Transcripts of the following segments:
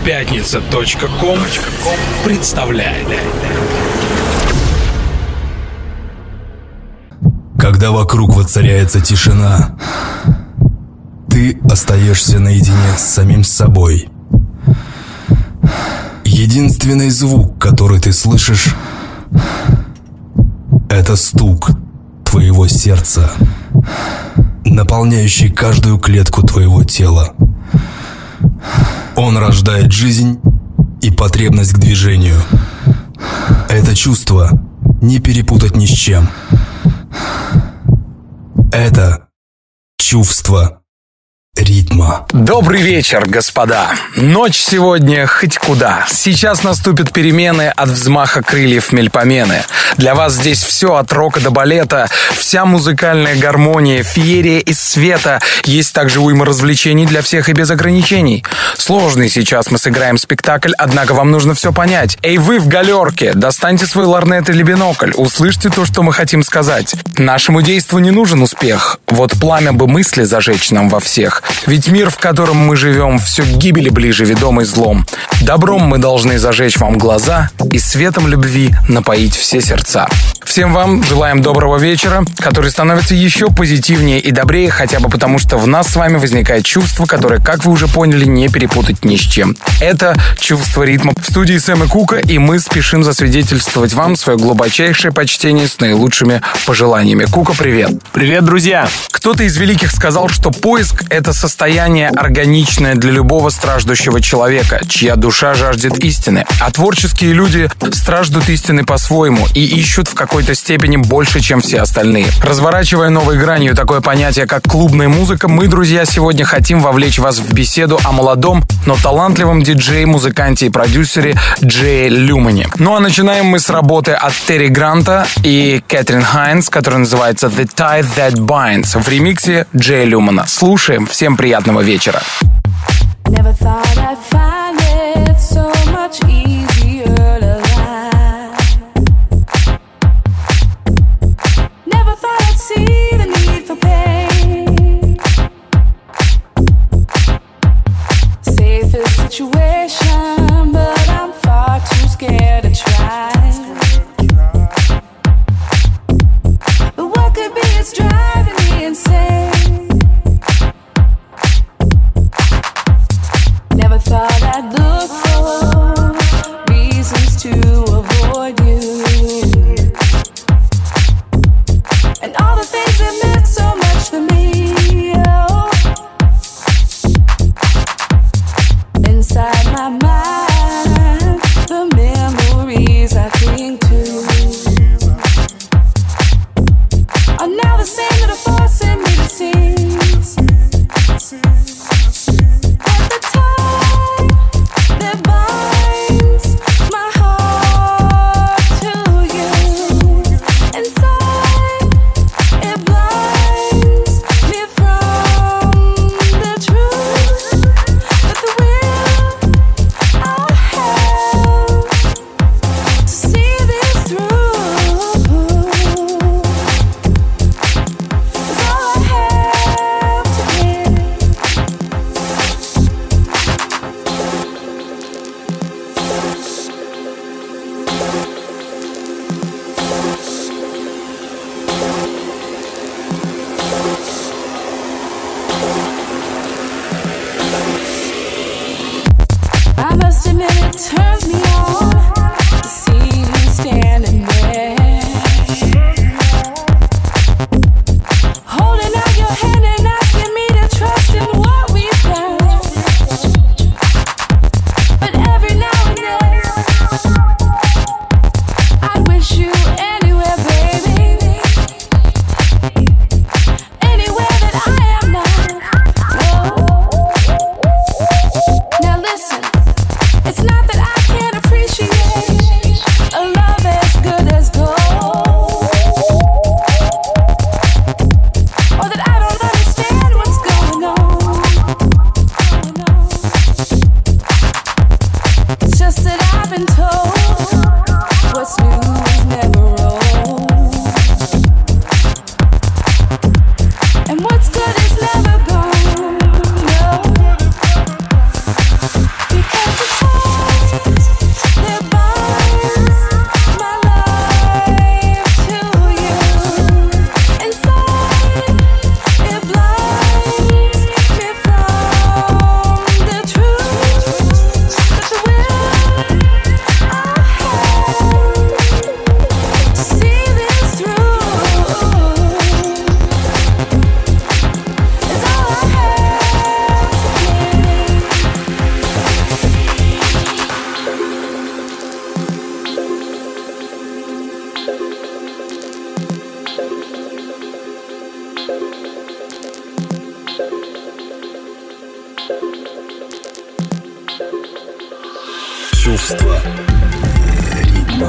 Пятница.ком представляет. Когда вокруг воцаряется тишина, ты остаешься наедине с самим собой. Единственный звук, который ты слышишь, это стук твоего сердца, наполняющий каждую клетку твоего тела. Он рождает жизнь и потребность к движению. Это чувство не перепутать ни с чем. Это чувство ритма. Добрый вечер, господа. Ночь сегодня хоть куда. Сейчас наступят перемены от взмаха крыльев Мельпомены. Для вас здесь все от рока до балета, вся музыкальная гармония, феерия из света. Есть также уйма развлечений для всех и без ограничений. Сложный сейчас мы сыграем спектакль, однако вам нужно все понять. Эй, вы в галерке, достаньте свой лорнет или бинокль, услышьте то, что мы хотим сказать. Нашему действу не нужен успех. Вот пламя бы мысли зажечь нам во всех. Ведь мир, в котором мы живем, все к гибели ближе, ведомый злом. Добром мы должны зажечь вам глаза и светом любви напоить все сердца. Всем вам желаем доброго вечера, который становится еще позитивнее и добрее, хотя бы потому, что в нас с вами возникает чувство, которое, как вы уже поняли, не перепутать ни с чем. Это чувство ритма. В студии Сэм и Кука, и мы спешим засвидетельствовать вам свое глубочайшее почтение с наилучшими пожеланиями. Кука, привет! Привет, друзья! Кто-то из великих сказал, что поиск — это состояние органичное для любого страждущего человека, чья душа жаждет истины. А творческие люди страждут истины по-своему и ищут в какой-то степени больше, чем все остальные. Разворачивая новой гранью такое понятие, как клубная музыка, мы, друзья, сегодня хотим вовлечь вас в беседу о молодом, но талантливом диджее, музыканте и продюсере Джее Люмане. Ну а начинаем мы с работы от Терри Гранта и Кэтрин Хайнс, которая называется «The Tie That Binds» в ремиксе Джея Люмана. Слушаем. Всем приятного вечера. Never thought I'd find it so much easier to lie. Never thought I'd see the need for pain. Safest situation, but I'm far too scared to try. But what could be, it's driving me insane. Never thought I'd look for reasons to avoid you, and all the things that meant so much to me. Oh. Inside my mind, the memories I Чувство ритма.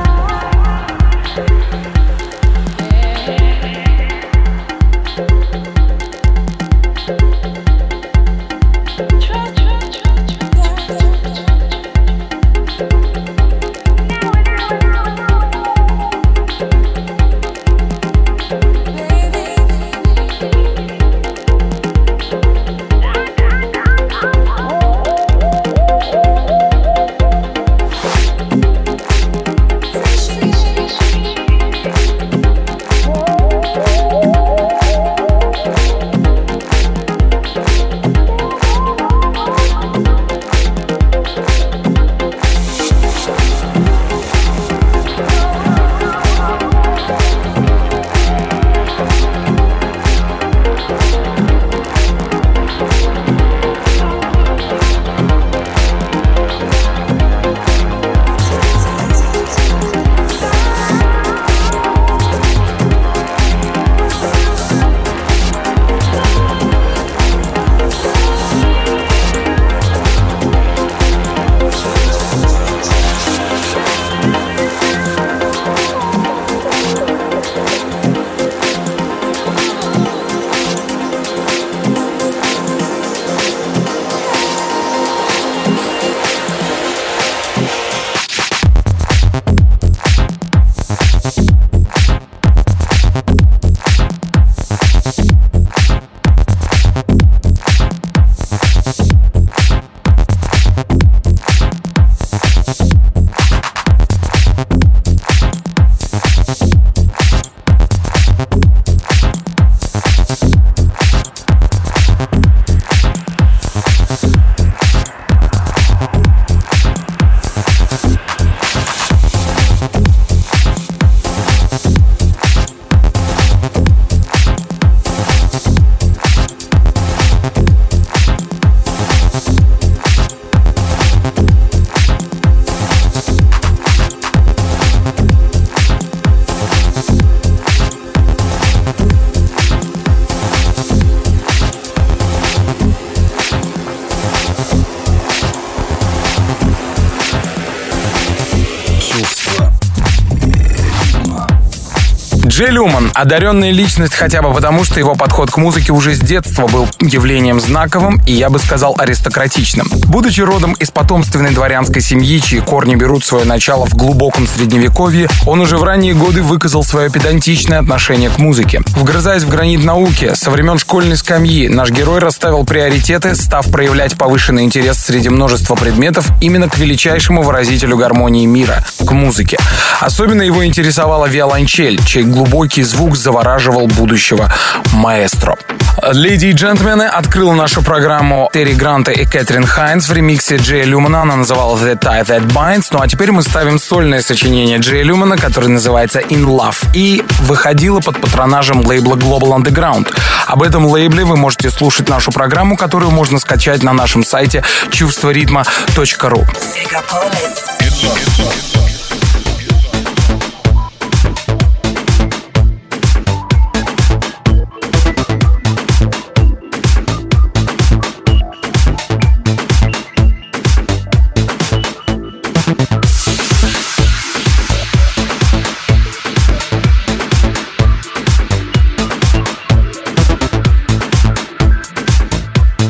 Джей Люман — одаренная личность хотя бы потому, что его подход к музыке уже с детства был явлением знаковым и, я бы сказал, аристократичным. Будучи родом из потомственной дворянской семьи, чьи корни берут свое начало в глубоком средневековье, он уже в ранние годы выказал свое педантичное отношение к музыке. Вгрызаясь в гранит науки, со времен школьной скамьи наш герой расставил приоритеты, став проявлять повышенный интерес среди множества предметов именно к величайшему выразителю гармонии мира — к музыке. Особенно его интересовала виолончель, чей глубокий звук завораживал будущего маэстро. Леди и джентльмены, открыла нашу программу Терри Гранта и Кэтрин Хайнс в ремиксе Джея Люмана. Она называлась The Tie That Binds. Ну а теперь мы ставим сольное сочинение Джея Люмана, которое называется In Love, и выходило под патронажем лейбла Global Underground. Об этом лейбле вы можете слушать нашу программу, которую можно скачать на нашем сайте чувстворитма.ру.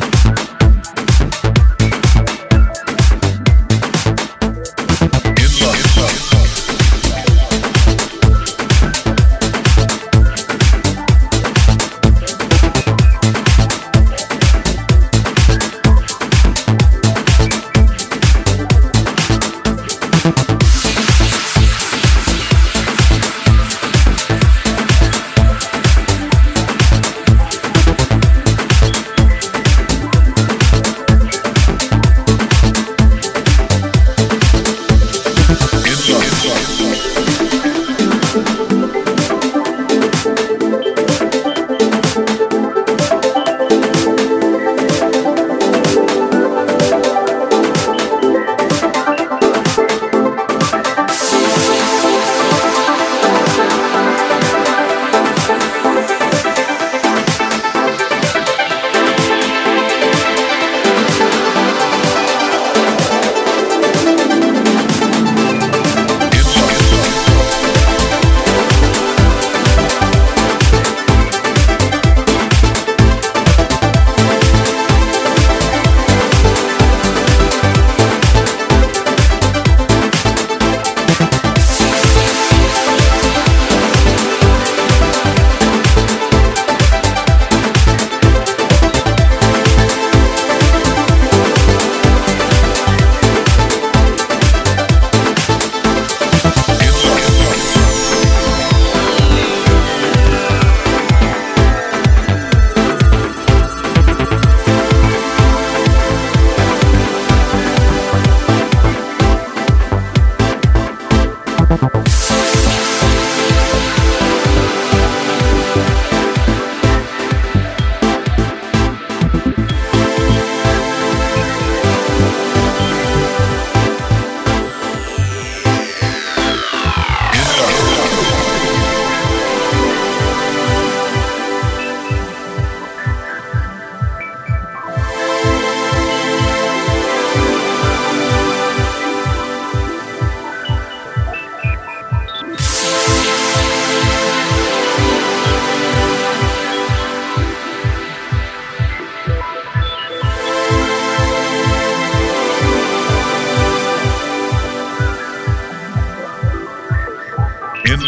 In love.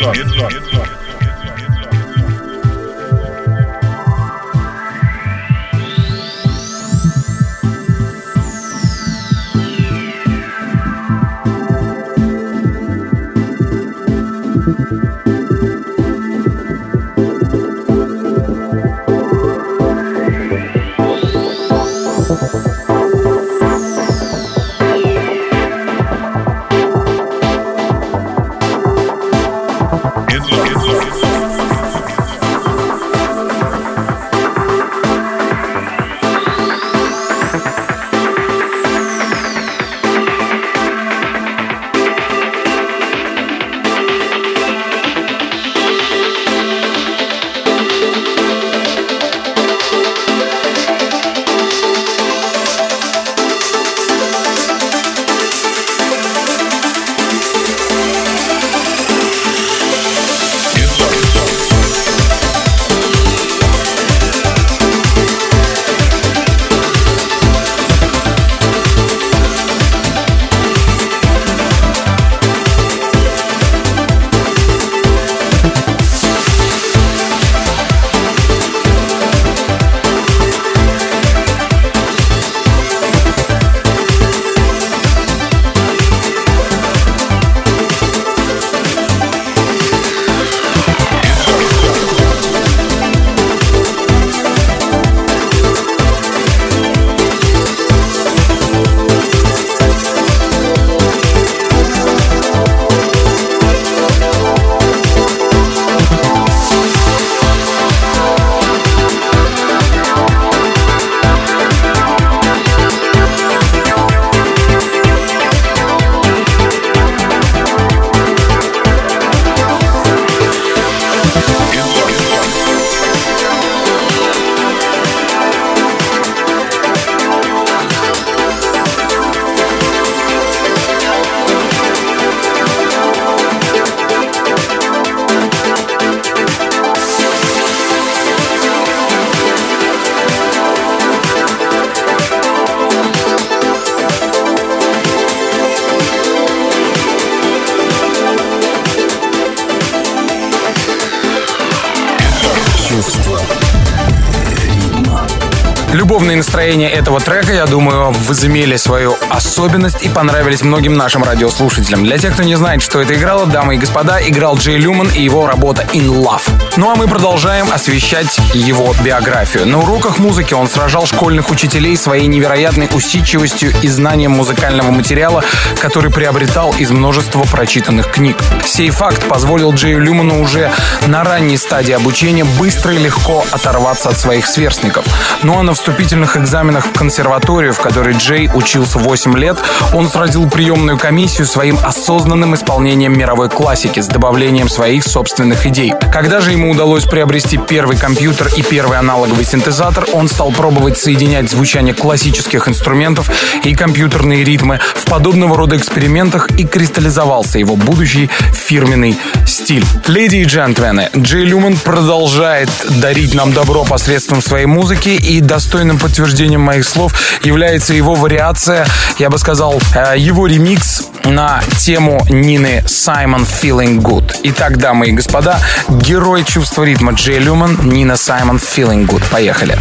Любовные настроения этого трека, я думаю, возымели свою особенность и понравились многим нашим радиослушателям. Для тех, кто не знает, что это играло, дамы и господа, играл Джей Люман и его работа In Love. Ну а мы продолжаем освещать его биографию. На уроках музыки он сражал школьных учителей своей невероятной усидчивостью и знанием музыкального материала, который приобретал из множества прочитанных книг. Сей факт позволил Джею Люману уже на ранней стадии обучения быстро и легко оторваться от своих сверстников. Ну а на вступительных экзаменах в консерваторию, в которой Джей учился 8 лет, он сразил приемную комиссию своим осознанным исполнением мировой классики с добавлением своих собственных идей. Когда же ему удалось приобрести первый компьютер и первый аналоговый синтезатор, он стал пробовать соединять звучание классических инструментов и компьютерные ритмы в подобного рода экспериментах, и кристаллизовался его будущий фирменный стиль. Леди и джентльмены, Джей Люман продолжает дарить нам добро посредством своей музыки, и достойным подтверждением моих слов является его вариация, я бы сказал, его ремикс на тему Нины Саймон «Feeling Good». Итак, дамы и господа, герой чувства ритма Джей Люман, Нина Саймон «Feeling Good». Поехали.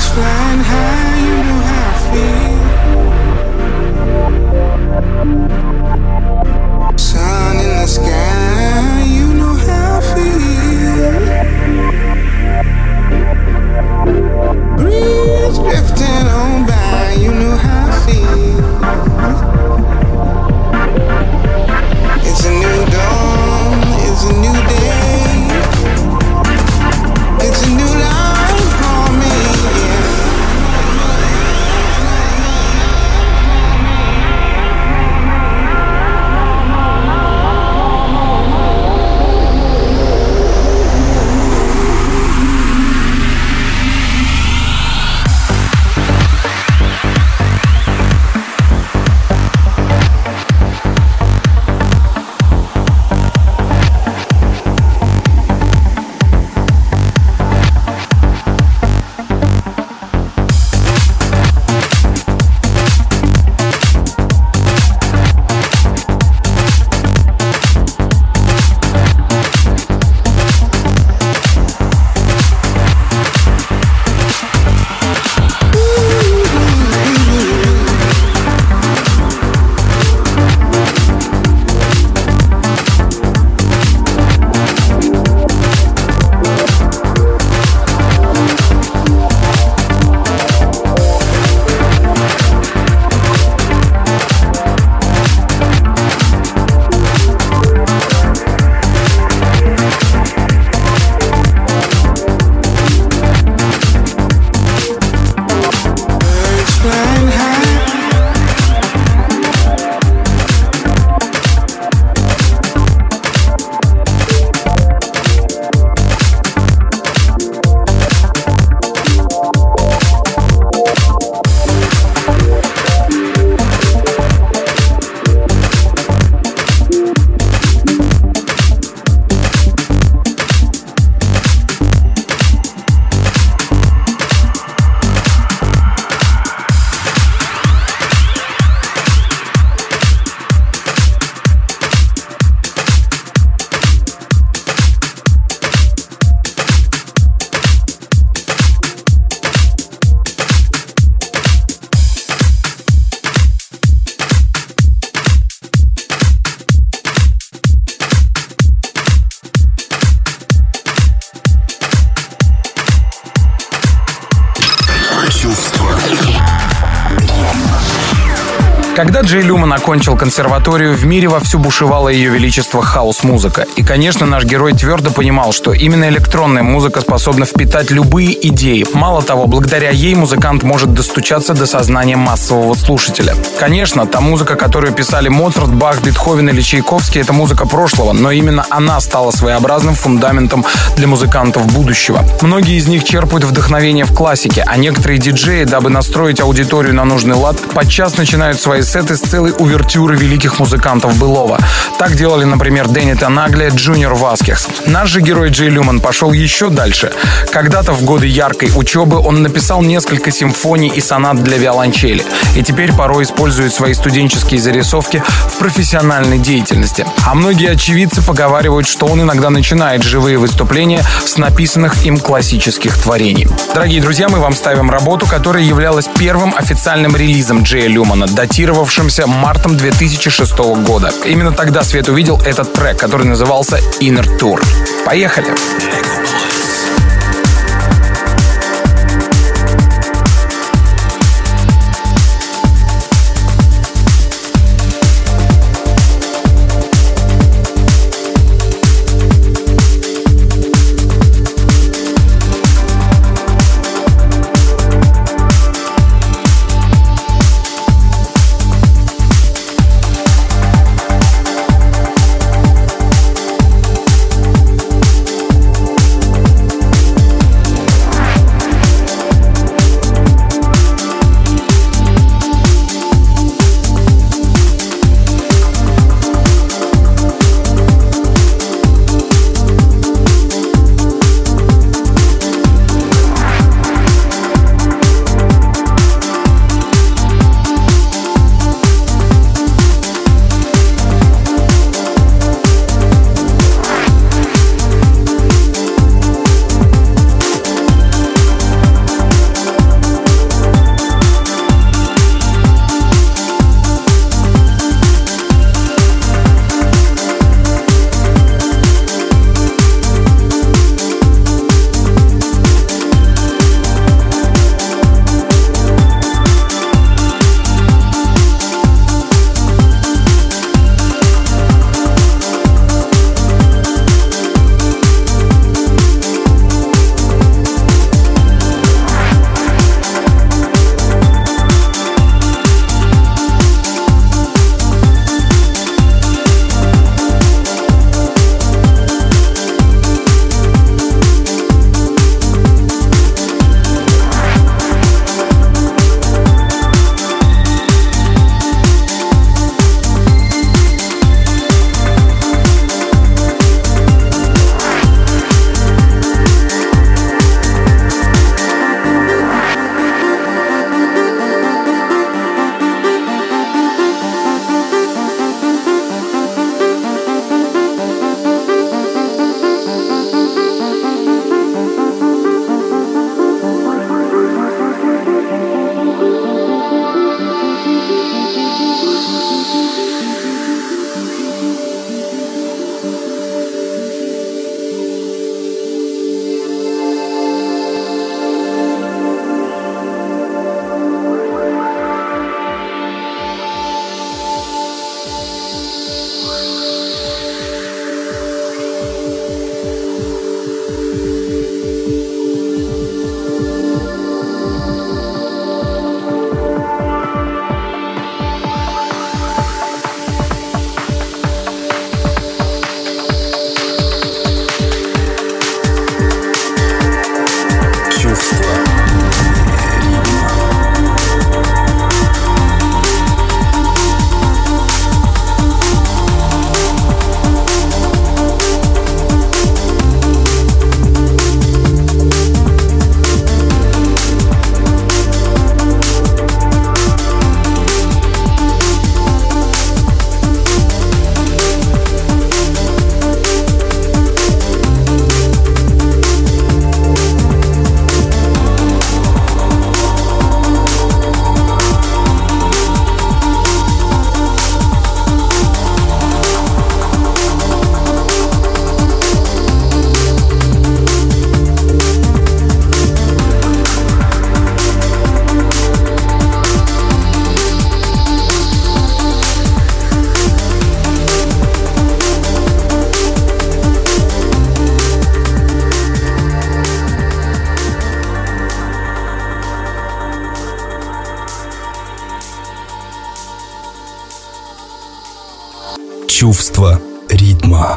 Когда Джей Люман окончил консерваторию, в мире вовсю бушевало ее величество хаус-музыка. И, конечно, наш герой твердо понимал, что именно электронная музыка способна впитать любые идеи. Мало того, благодаря ей музыкант может достучаться до сознания массового слушателя. Конечно, та музыка, которую писали Моцарт, Бах, Бетховен или Чайковский, это музыка прошлого, но именно она стала своеобразным фундаментом для музыкантов будущего. Многие из них черпают вдохновение в классике, а некоторые диджеи, дабы настроить аудиторию на нужный лад, подчас начинают свои сеты с целой увертюры великих музыкантов былого. Так делали, например, Дэнни Танагли, Джуниор Васкес. Наш же герой Джей Люман пошел еще дальше. Когда-то в годы яркой учебы он написал несколько симфоний и сонат для виолончели, и теперь порой использует свои студенческие зарисовки в профессиональной деятельности. А многие очевидцы поговаривают, что он иногда начинает живые выступления с написанных им классических творений. Дорогие друзья, мы вам ставим работу, которая являлась первым официальным релизом Джея Люмана, датировавшимся мартом 2006 года. Именно тогда свет увидел этот трек, который назывался Inner Tour. Поехали! чувство ритма.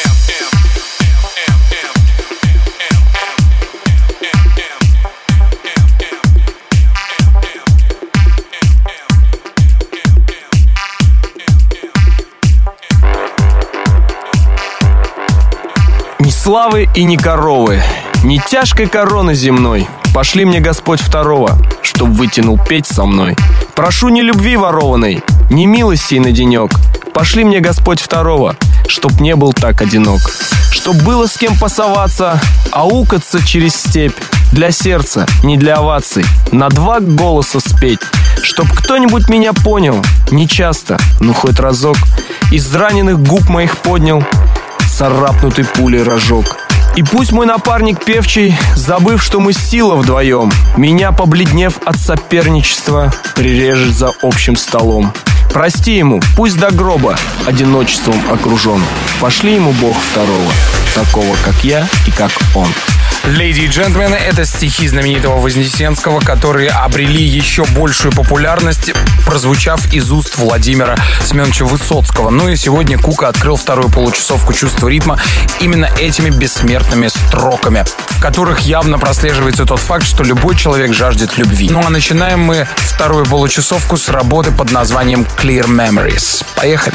Ни славы и ни коровы, ни тяжкой короны земной. Пошли мне Господь второго, чтоб вытянул петь со мной. Прошу ни любви ворованной, ни милостей на денек. Пошли мне Господь второго, чтоб не был так одинок. Чтоб было с кем пасоваться, аукаться через степь. Для сердца, не для оваций, на два голоса спеть. Чтоб кто-нибудь меня понял, не часто, но хоть разок, из раненых губ моих поднял царапнутый пулей рожок. И пусть мой напарник певчий, забыв, что мы сила вдвоем, меня, побледнев от соперничества, прирежет за общим столом. Прости ему, пусть до гроба одиночеством окружен. Пошли ему Бог второго, такого, как я и как он. Леди и джентльмены, это стихи знаменитого Вознесенского, которые обрели еще большую популярность, прозвучав из уст Владимира Семеновича Высоцкого. Ну и сегодня Кука открыл вторую получасовку «Чувство ритма» именно этими бессмертными строками, в которых явно прослеживается тот факт, что любой человек жаждет любви. Ну а начинаем мы вторую получасовку с работы под названием «Clear Memories». Поехали!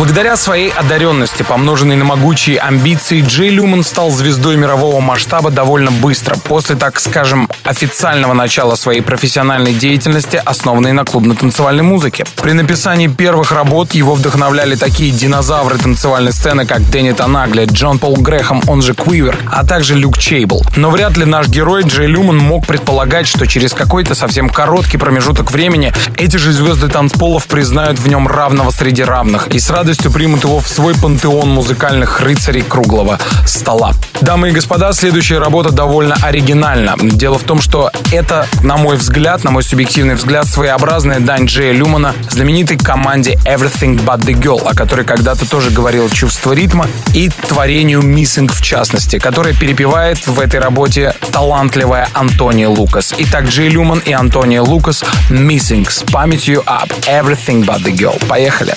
Благодаря своей одаренности, помноженной на могучие амбиции, Джей Люман стал звездой мирового масштаба довольно быстро, после, так скажем, официального начала своей профессиональной деятельности, основанной на клубно-танцевальной музыке. При написании первых работ его вдохновляли такие динозавры танцевальной сцены, как Дэнни Танагли, Джон Пол Грэхэм, он же Квивер, а также Люк Чейбл. Но вряд ли наш герой Джей Люман мог предполагать, что через какой-то совсем короткий промежуток времени эти же звезды танцполов признают в нем равного среди равных и с радостью примут его в свой пантеон музыкальных рыцарей круглого стола. Дамы и господа, следующая работа довольно оригинальна. Дело в том, что это, на мой взгляд, на мой субъективный взгляд, своеобразная дань Джея Люмана знаменитой команде Everything But The Girl, о которой когда-то тоже говорил «Чувство ритма», и творению Missing в частности, которая перепевает в этой работе талантливая Антония Лукас. Итак, Джей Люман и Антония Лукас «Missing» с памятью об Everything But The Girl. Поехали!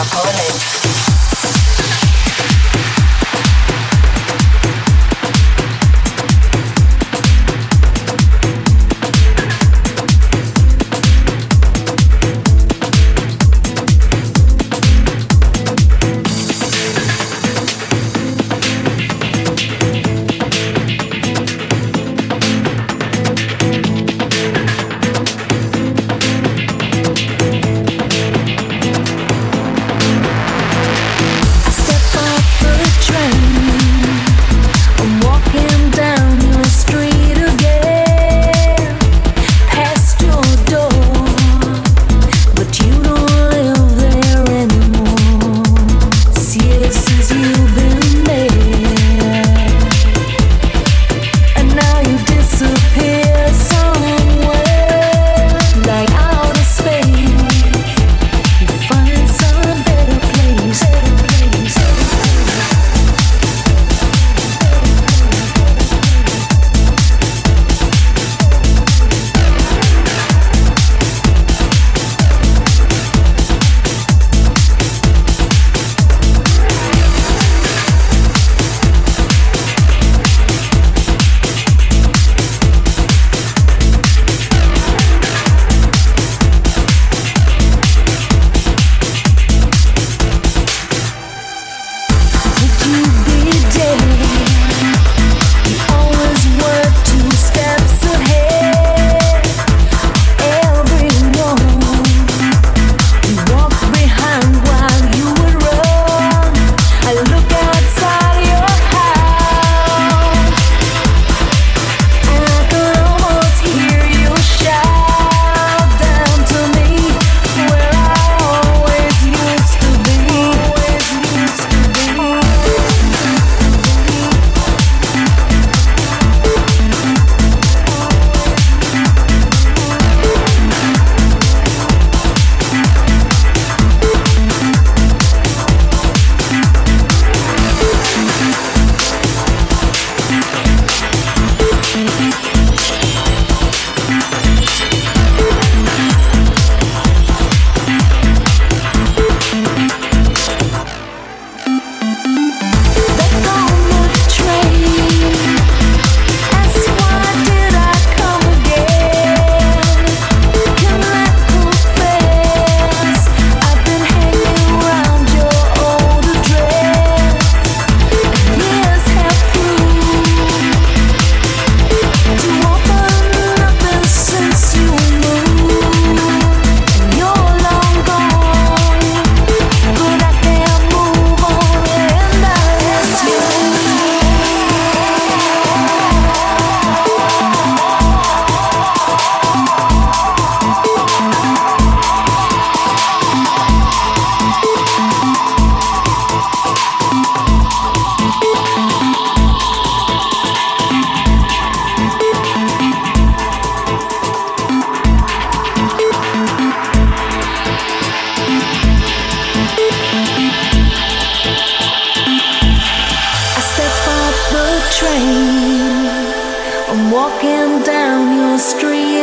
walking down your street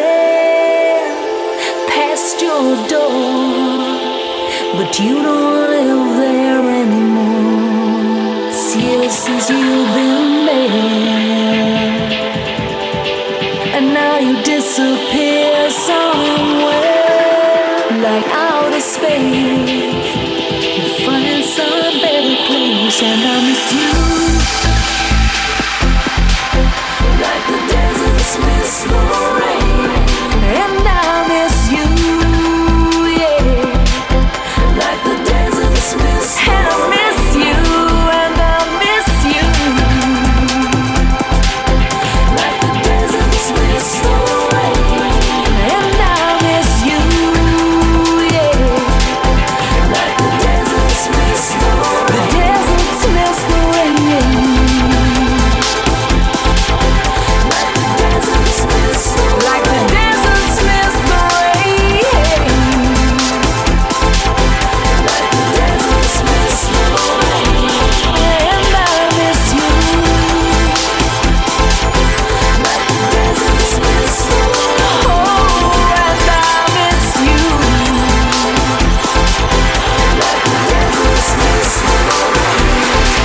again, past your door, but you don't live there anymore. Years since you've been there, and now you disappear somewhere like outer space. wish and I miss you. Like the deserts miss the rain. And I miss you, yeah. Like the deserts miss the rain. And I miss you, and I miss you. Like the deserts miss the rain. And I miss you, yeah. Like the deserts miss the rain. The deserts miss the rain. Like the deserts miss the rain. Like the deserts miss the rain. Like the deserts miss the rain. And I miss you. Like the deserts miss the rain. Oh, and I miss you. Like the deserts miss the rain.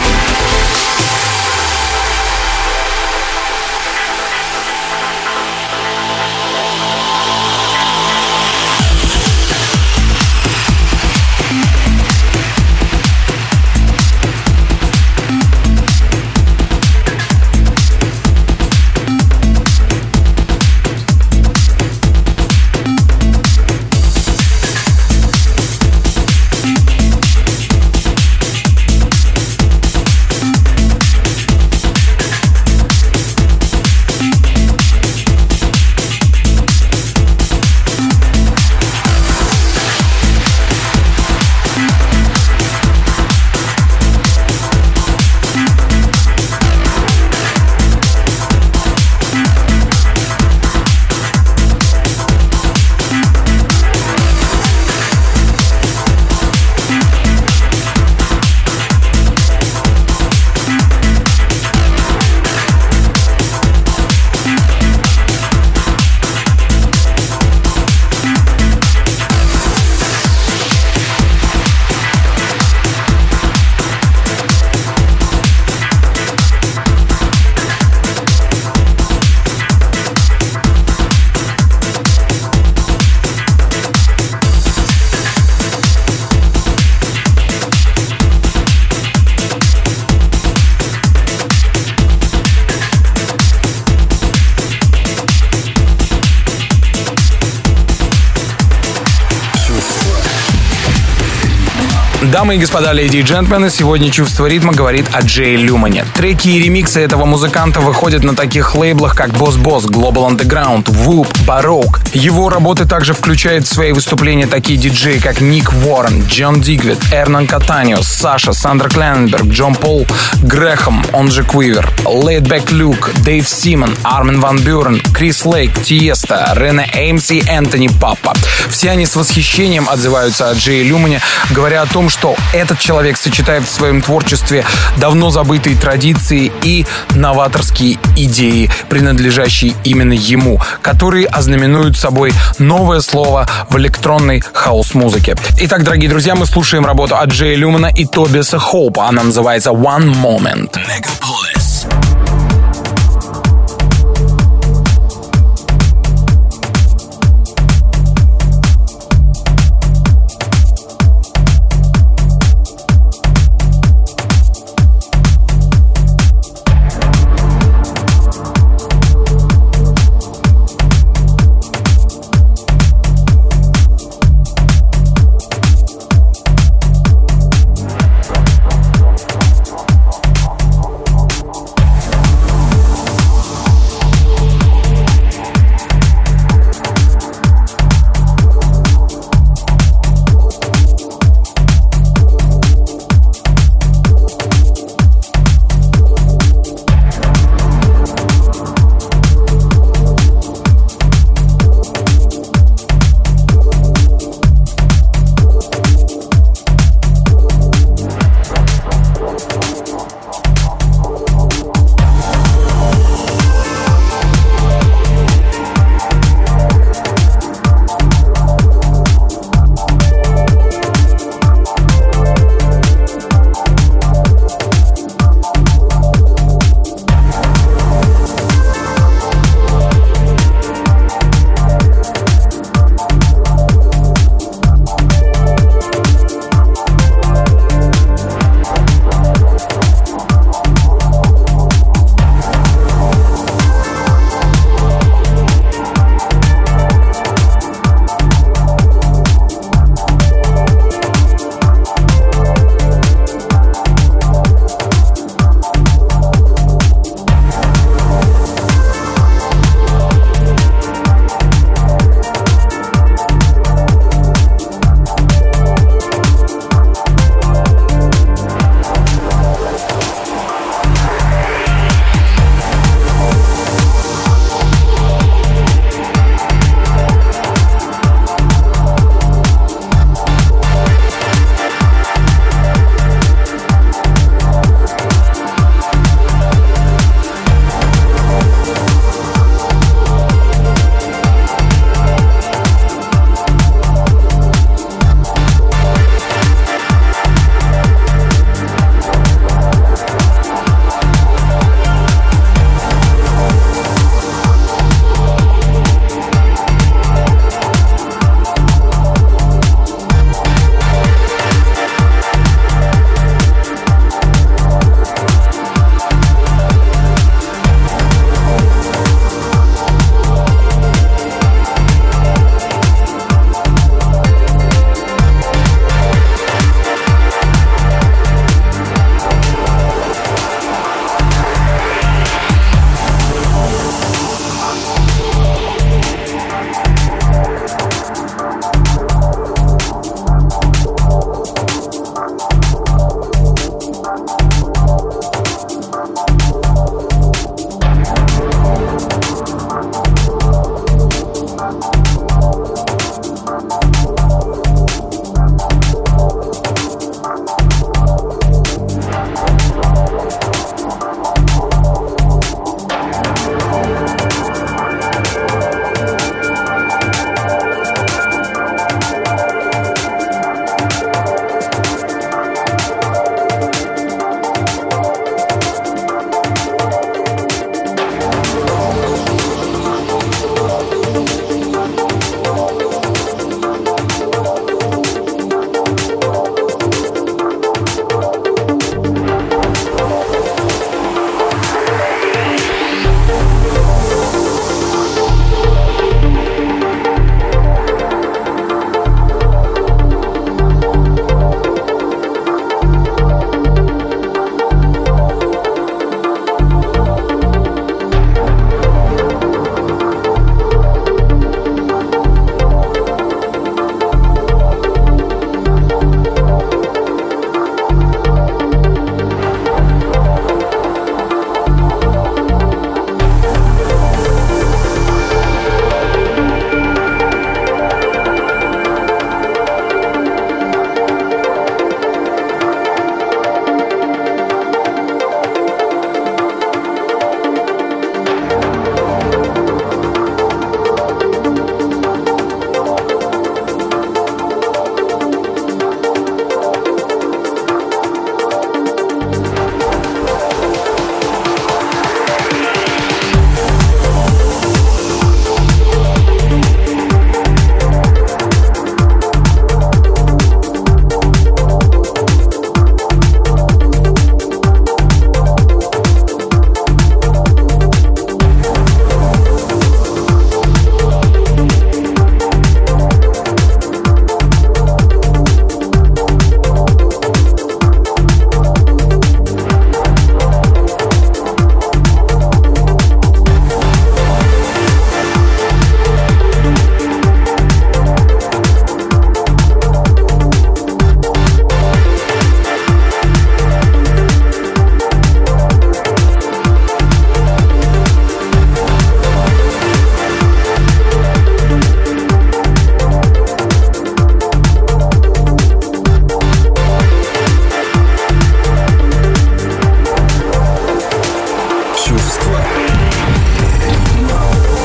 Дамы и господа, леди и джентльмены, сегодня «Чувство ритма» говорит о Джей Люмане. Треки и ремиксы этого музыканта выходят на таких лейблах, как Boss Boss, Global Underground, Whoop, Baroque. Его работы также включают в свои выступления такие диджеи, как Ник Уоррен, Джон Дигвид, Эрнан Катанио, Саша, Сандра Клененберг, Джон Пол Грэхэм, он же Квивер, Laidback Luke, Дэйв Симон, Армин Ван Бюрен, Крис Лейк, Тиеста, Рене Эймс и Энтони Паппа. Все они с восхищением отзываются о Джей Люмане, говоря о том, что этот человек сочетает в своем творчестве давно забытые традиции и новаторские идеи, принадлежащие именно ему, которые ознаменуют собой новое слово в электронной хаус-музыке. Итак, дорогие друзья, мы слушаем работу от Джея Люмана и Тобиаса Хоупа. Она называется One Moment. Megapolis.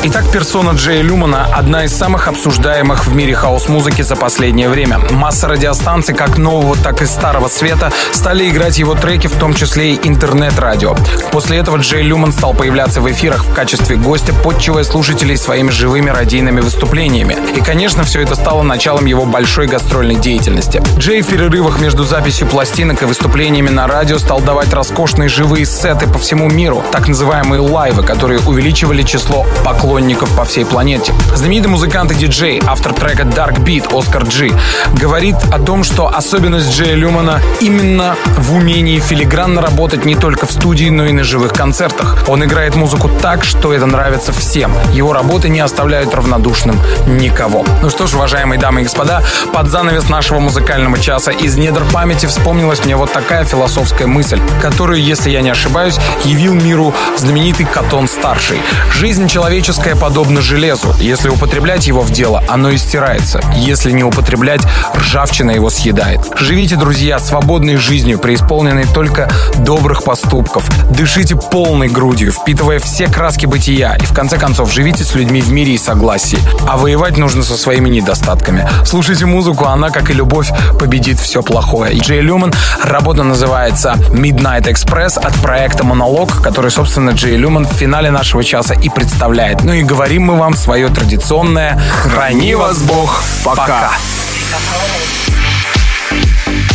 Итак, персона Джея Люмана — одна из самых обсуждаемых в мире хаус-музыки за последнее время. Масса радиостанций, как нового, так и старого света, стали играть его треки, в том числе и интернет-радио. После этого Джей Люман стал появляться в эфирах в качестве гостя, подчивая слушателей своими живыми радийными выступлениями. И, конечно, все это стало началом его большой гастрольной деятельности. Джей в перерывах между записью пластинок и выступлениями на радио стал давать роскошные живые сеты по всему миру, так называемые лайвы, которые увеличивали число поклонников по всей планете. Знаменитый музыкант и диджей, автор трека Dark Beat Оскар Джи, говорит о том, что особенность Джея Люмана именно в умении филигранно работать не только в студии, но и на живых концертах. Он играет музыку так, что это нравится всем. Его работы не оставляют равнодушным никого. Ну что ж, уважаемые дамы и господа, под занавес нашего музыкального часа из недр памяти вспомнилась мне вот такая философская мысль, которую, если я не ошибаюсь, явил миру знаменитый Катон-старший. Жизнь человеческая подобна железу. Если употреблять его в дело, оно и стирается. Если не употреблять, ржавчина его съедает. Живите, друзья, свободной жизнью, преисполненной только добрых поступков. Дышите полной грудью, впитывая все краски бытия. И в конце концов, живите с людьми в мире и согласии. А воевать нужно со своими недостатками. Слушайте музыку, она, как и любовь, победит все плохое. Джей Люман, работа называется Midnight Express от проекта Монолог, который, собственно, Джей Люман в финале нашего часа и представляет. Ну и говорим мы вам свое традиционное «Храни вас Бог, пока».